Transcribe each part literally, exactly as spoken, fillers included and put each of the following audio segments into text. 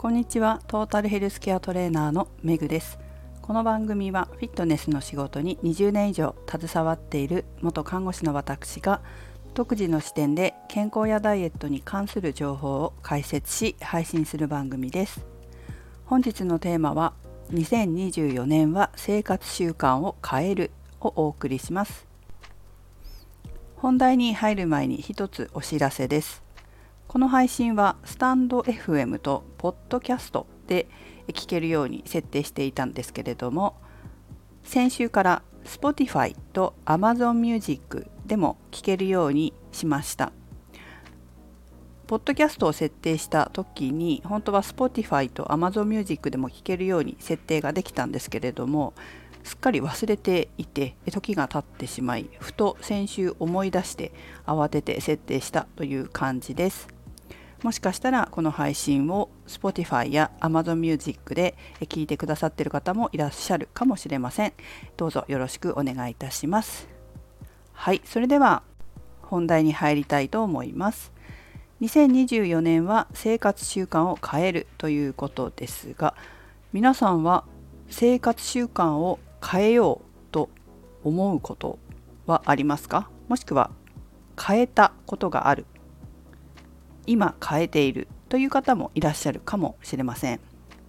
こんにちは。トータルヘルスケアトレーナーのメグです。この番組はフィットネスの仕事ににじゅうねん以上携わっている元看護師の私が独自の視点で健康やダイエットに関する情報を解説し配信する番組です。本日のテーマはにせんにじゅうよねんは生活習慣を変えるをお送りします。本題に入る前に一つお知らせです。この配信はスタンド エフエム とポッドキャストで聞けるように設定していたんですけれども、先週から Spotify と Amazon Music でも聞けるようにしました。ポッドキャストを設定した時に本当は Spotify と Amazon Music でも聞けるように設定ができたんですけれども、すっかり忘れていて時が経ってしまい、ふと先週思い出して慌てて設定したという感じです。もしかしたらこの配信を Spotify や Amazon Music で聞いてくださっている方もいらっしゃるかもしれません。どうぞよろしくお願いいたします。はい、それでは本題に入りたいと思います。にせんにじゅうよねんは生活習慣を変えるということですが、皆さんは生活習慣を変えようと思うことはありますか？もしくは変えたことがある、今変えているという方もいらっしゃるかもしれません。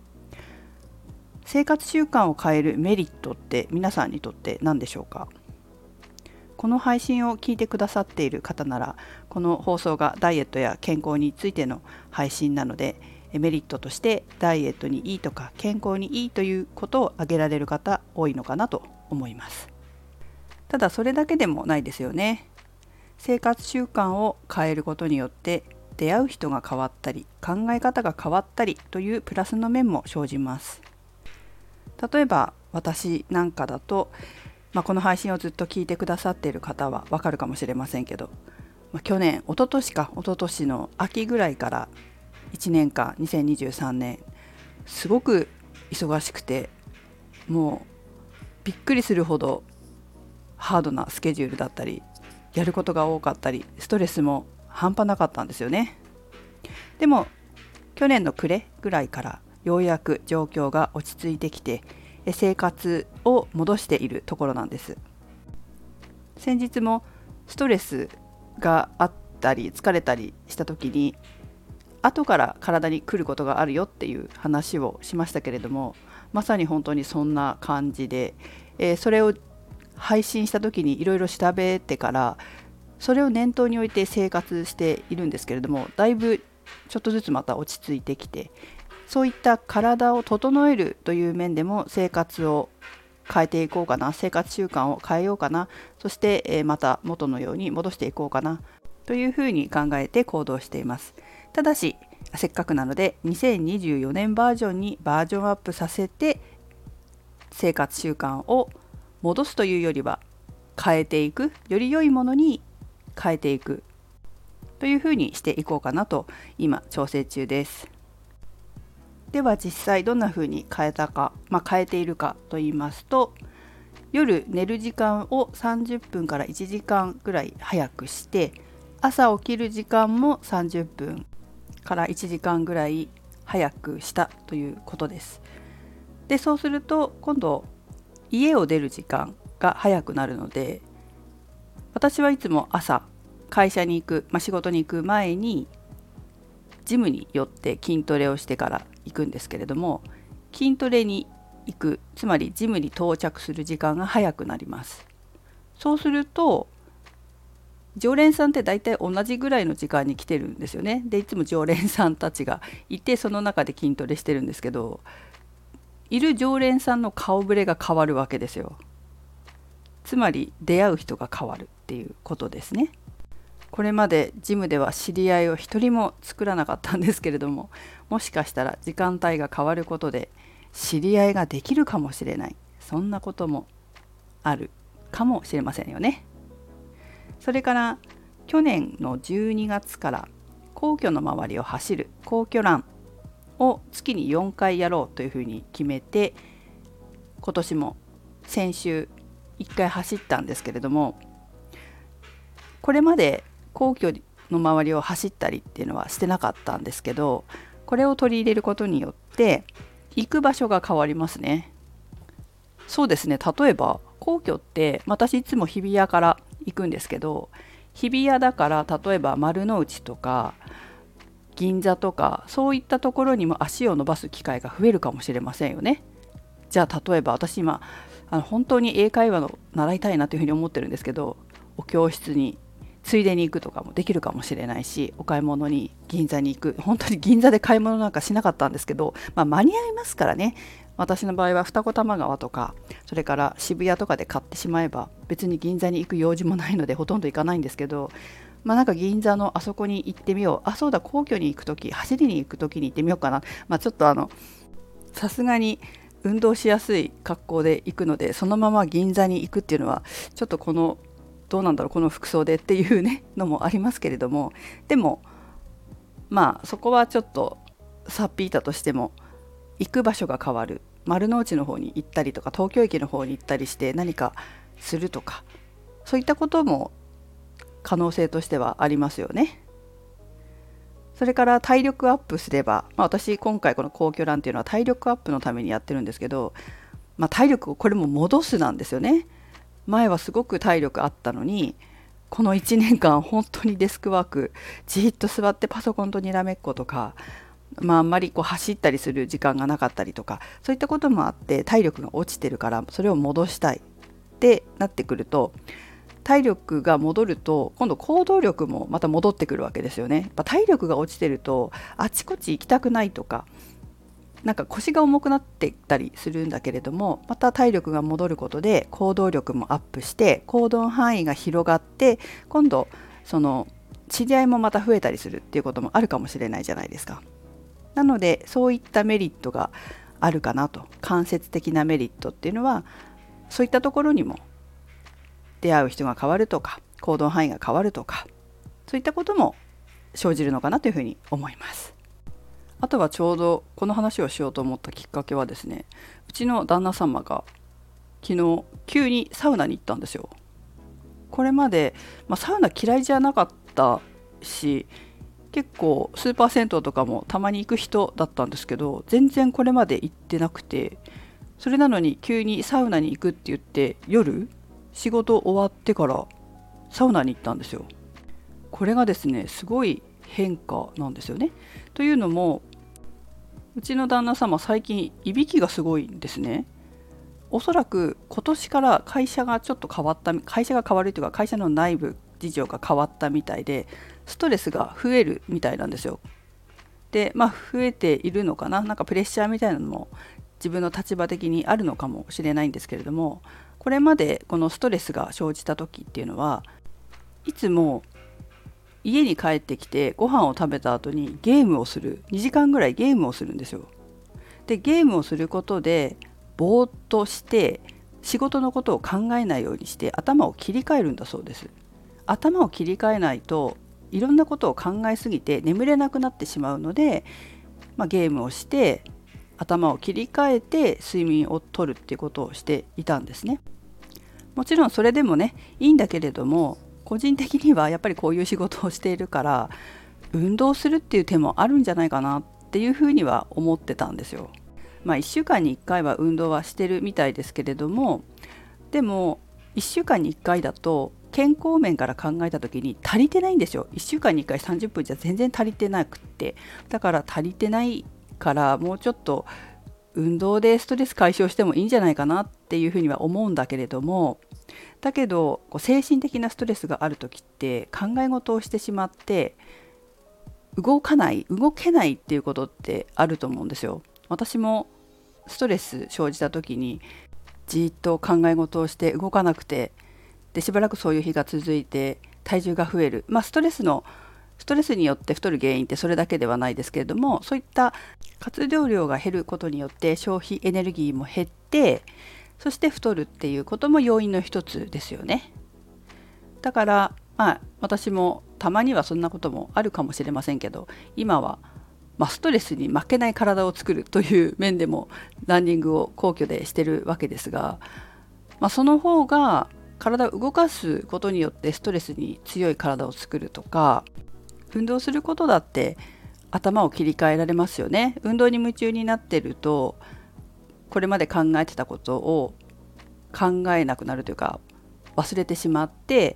生活習慣を変えるメリットって皆さんにとって何でしょうか？この配信を聞いてくださっている方なら、この放送がダイエットや健康についての配信なので、メリットとしてダイエットにいいとか健康にいいということを挙げられる方多いのかなと思います。ただそれだけでもないですよね。生活習慣を変えることによって出会う人が変わったり、考え方が変わったりというプラスの面も生じます。例えば私なんかだと、まあ、この配信をずっと聞いてくださっている方はわかるかもしれませんけど、まあ、去年、一昨年か、一昨年の秋ぐらいからいちねんかん、にせんにじゅうさんねん、すごく忙しくて、もうびっくりするほどハードなスケジュールだったり、やることが多かったり、ストレスも半端なかったんですよね。でも去年の暮れぐらいからようやく状況が落ち着いてきて、生活を戻しているところなんです。先日もストレスがあったり疲れたりした時に、後から体に来ることがあるよっていう話をしましたけれども、まさに本当にそんな感じで、えー、それを配信した時にいろいろ調べてから、それを念頭に置いて生活しているんですけれども、だいぶちょっとずつまた落ち着いてきて、そういった体を整えるという面でも生活を変えていこうかな、生活習慣を変えようかな、そしてまた元のように戻していこうかなというふうに考えて行動しています。ただしせっかくなのでにせんにじゅうよねんバージョンにバージョンアップさせて、生活習慣を戻すというよりは変えていく、より良いものに変えていくというふうにしていこうかなと今調整中です。では実際どんなふうに変えたか、まあ、変えているかと言いますと、夜寝る時間をさんじゅっぷんからいちじかんぐらい早くして、朝起きる時間もさんじゅっぷんからいちじかんぐらい早くしたということです。で、そうすると今度家を出る時間が早くなるので、私はいつも朝会社に行く、まあ、仕事に行く前にジムに寄って筋トレをしてから行くんですけれども、筋トレに行く、つまりジムに到着する時間が早くなります。そうすると常連さんって大体同じぐらいの時間に来てるんですよね。でいつも常連さんたちがいて、その中で筋トレしてるんですけど、いる常連さんの顔ぶれが変わるわけですよ。つまり出会う人が変わるっていうことですね。これまでジムでは知り合いを一人も作らなかったんですけれども、もしかしたら時間帯が変わることで知り合いができるかもしれない、そんなこともあるかもしれませんよね。それから去年のじゅうにがつから皇居の周りを走る皇居ランを月によんかいやろうというふうに決めて、今年も先週いっかい走ったんですけれども、これまで皇居の周りを走ったりっていうのはしてなかったんですけど、 これを取り入れることによって行く場所が変わりますね。そうですね、例えば皇居って私いつも日比谷から行くんですけど、日比谷だから例えば丸の内とか銀座とかそういったところにも足を伸ばす機会が増えるかもしれませんよね。じゃあ例えば私今あの本当に英会話の習いたいなというふうに思ってるんですけど、お教室についでに行くとかもできるかもしれないし、お買い物に銀座に行く、本当に銀座で買い物なんかしなかったんですけど、まあ、間に合いますからね。私の場合は二子玉川とかそれから渋谷とかで買ってしまえば別に銀座に行く用事もないのでほとんど行かないんですけど、まあなんか銀座のあそこに行ってみよう、あそうだ皇居に行く時走りに行く時に行ってみようかな、まあちょっとあのさすがに運動しやすい格好で行くのでそのまま銀座に行くっていうのはちょっとこのどうなんだろうこの服装でっていうねのもありますけれども、でもまあそこはちょっとさっぴいたとしても行く場所が変わる、丸の内の方に行ったりとか東京駅の方に行ったりして何かするとか、そういったことも可能性としてはありますよね。それから体力アップすれば、まあ、私今回この皇居ランっていうのは体力アップのためにやってるんですけど、まあ、体力をこれも戻すなんですよね。前はすごく体力あったのにこのいちねんかん本当にデスクワークじっと座ってパソコンとにらめっことか、まあ、あんまりこう走ったりする時間がなかったりとかそういったこともあって体力が落ちてるからそれを戻したいってなってくると、体力が戻ると今度行動力もまた戻ってくるわけですよね。やっぱ体力が落ちてるとあちこち行きたくないとか、なんか腰が重くなっていったりするんだけれども、また体力が戻ることで行動力もアップして行動範囲が広がって、今度その知り合いもまた増えたりするっていうこともあるかもしれないじゃないですか。なのでそういったメリットがあるかなと。間接的なメリットっていうのはそういったところにも出会う人が変わるとか行動範囲が変わるとか、そういったことも生じるのかなというふうに思います。あとはちょうどこの話をしようと思ったきっかけはですね、うちの旦那様が昨日急にサウナに行ったんですよ。これまで、まあ、サウナ嫌いじゃなかったし結構スーパー銭湯とかもたまに行く人だったんですけど、全然これまで行ってなくて、それなのに急にサウナに行くって言って夜仕事終わってからサウナに行ったんですよ。これがですねすごい変化なんですよね。というのもうちの旦那様最近いびきがすごいんですね。おそらく今年から会社がちょっと変わった会社が変わるというか会社の内部事情が変わったみたいでストレスが増えるみたいなんですよ。でまあ増えているのかな、なんかプレッシャーみたいなのも自分の立場的にあるのかもしれないんですけれども、これまでこのストレスが生じた時っていうのはいつも家に帰ってきてご飯を食べた後にゲームをする、にじかんぐらいゲームをするんですよ。でゲームをすることでぼーっとして仕事のことを考えないようにして頭を切り替えるんだそうです。頭を切り替えないといろんなことを考えすぎて眠れなくなってしまうので、まあ、ゲームをして頭を切り替えて睡眠をとるっていうことをしていたんですね。もちろんそれでもねいいんだけれども、個人的にはやっぱりこういう仕事をしているから運動するっていう手もあるんじゃないかなっていうふうには思ってたんですよ。まあいっしゅうかんにいっかいは運動はしてるみたいですけれども、でもいっしゅうかんにいっかいだと健康面から考えた時に足りてないんですよ。いっしゅうかんにいっかいさんじゅっぷんじゃ全然足りてなくって、だから足りてないからもうちょっと運動でストレス解消してもいいんじゃないかなっていうふうには思うんだけれども、だけどこう精神的なストレスがある時って考え事をしてしまって動かない動けないっていうことってあると思うんですよ。私もストレス生じた時にじっと考え事をして動かなくて、でしばらくそういう日が続いて体重が増える、まあストレスのストレスによって太る原因ってそれだけではないですけれども、そういった活動量が減ることによって消費エネルギーも減って、そして太るっていうことも要因の一つですよね。だからまあ私もたまにはそんなこともあるかもしれませんけど、今はまあストレスに負けない体を作るという面でもランニングを皇居でしてるわけですが、まあ、その方が体を動かすことによってストレスに強い体を作るとか、運動することだって頭を切り替えられますよね。運動に夢中になってるとこれまで考えてたことを考えなくなるというか忘れてしまって、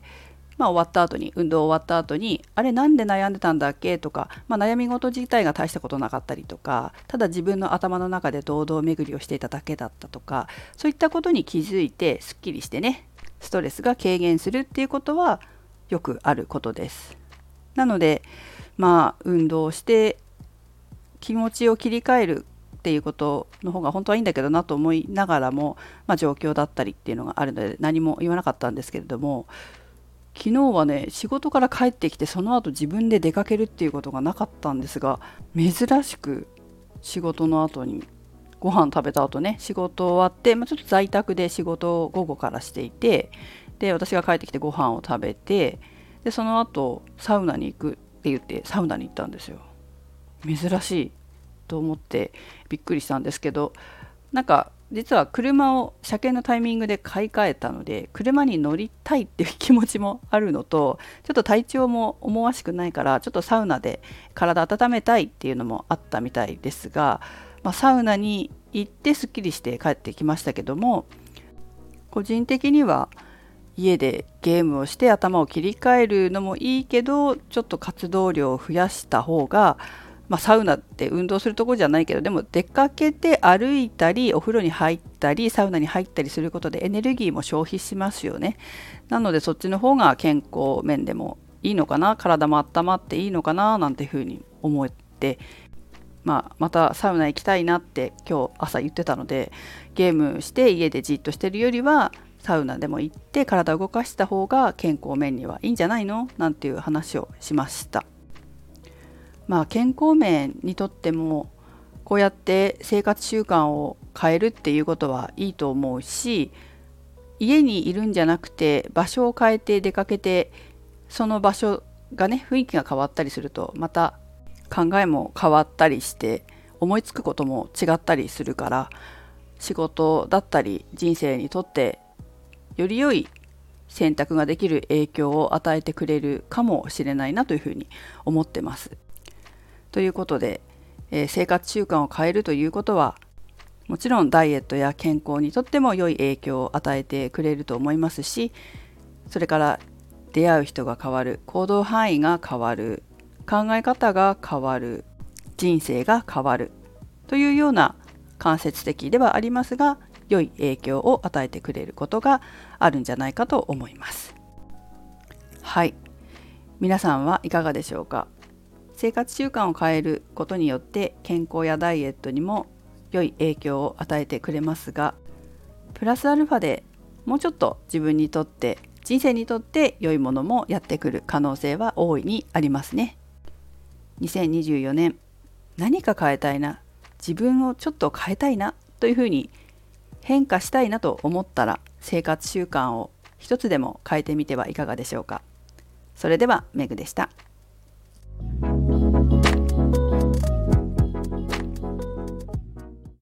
まあ、終わった後に運動終わった後にあれなんで悩んでたんだっけとか、まあ、悩み事自体が大したことなかったりとか、ただ自分の頭の中で堂々巡りをしていただけだったとか、そういったことに気づいてすっきりしてね、ストレスが軽減するっていうことはよくあることです。なのでまあ運動して気持ちを切り替えるっていうことの方が本当はいいんだけどなと思いながらも、まあ、状況だったりっていうのがあるので何も言わなかったんですけれども、昨日はね仕事から帰ってきてその後自分で出かけるっていうことがなかったんですが、珍しく仕事の後にご飯食べた後ね、仕事終わって、まあ、ちょっと在宅で仕事を午後からしていて、で私が帰ってきてご飯を食べて、でその後サウナに行くって言ってサウナに行ったんですよ。珍しいと思ってびっくりしたんですけど、なんか実は車を車検のタイミングで買い替えたので車に乗りたいっていう気持ちもあるのと、ちょっと体調も思わしくないからちょっとサウナで体温めたいっていうのもあったみたいですが、まあ、サウナに行ってすっきりして帰ってきましたけども、個人的には家でゲームをして頭を切り替えるのもいいけど、ちょっと活動量を増やした方が、まあ、サウナって運動するところじゃないけど、でも出かけて歩いたりお風呂に入ったりサウナに入ったりすることでエネルギーも消費しますよね。なのでそっちの方が健康面でもいいのかな、体も温まっていいのかななんていうふうに思って、まあ、またサウナ行きたいなって今日朝言ってたので、ゲームして家でじっとしてるよりはサウナでも行って体を動かした方が健康面にはいいんじゃないのなんていう話をしました。まあ、健康面にとってもこうやって生活習慣を変えるっていうことはいいと思うし、家にいるんじゃなくて場所を変えて出かけて、その場所がね雰囲気が変わったりするとまた考えも変わったりして思いつくことも違ったりするから、仕事だったり人生にとってより良い選択ができる影響を与えてくれるかもしれないなというふうに思ってます。ということで、えー、生活習慣を変えるということはもちろんダイエットや健康にとっても良い影響を与えてくれると思いますし、それから出会う人が変わる、行動範囲が変わる、考え方が変わる、人生が変わるというような間接的ではありますが良い影響を与えてくれることがあるんじゃないかと思います。はい、皆さんはいかがでしょうか。生活習慣を変えることによって健康やダイエットにも良い影響を与えてくれますが、プラスアルファでもうちょっと自分にとって人生にとって良いものもやってくる可能性は大いにありますね。にせんにじゅうよねん何か変えたいな、自分をちょっと変えたいなというふうに変化したいなと思ったら生活習慣を一つでも変えてみてはいかがでしょうか。それではメグでした。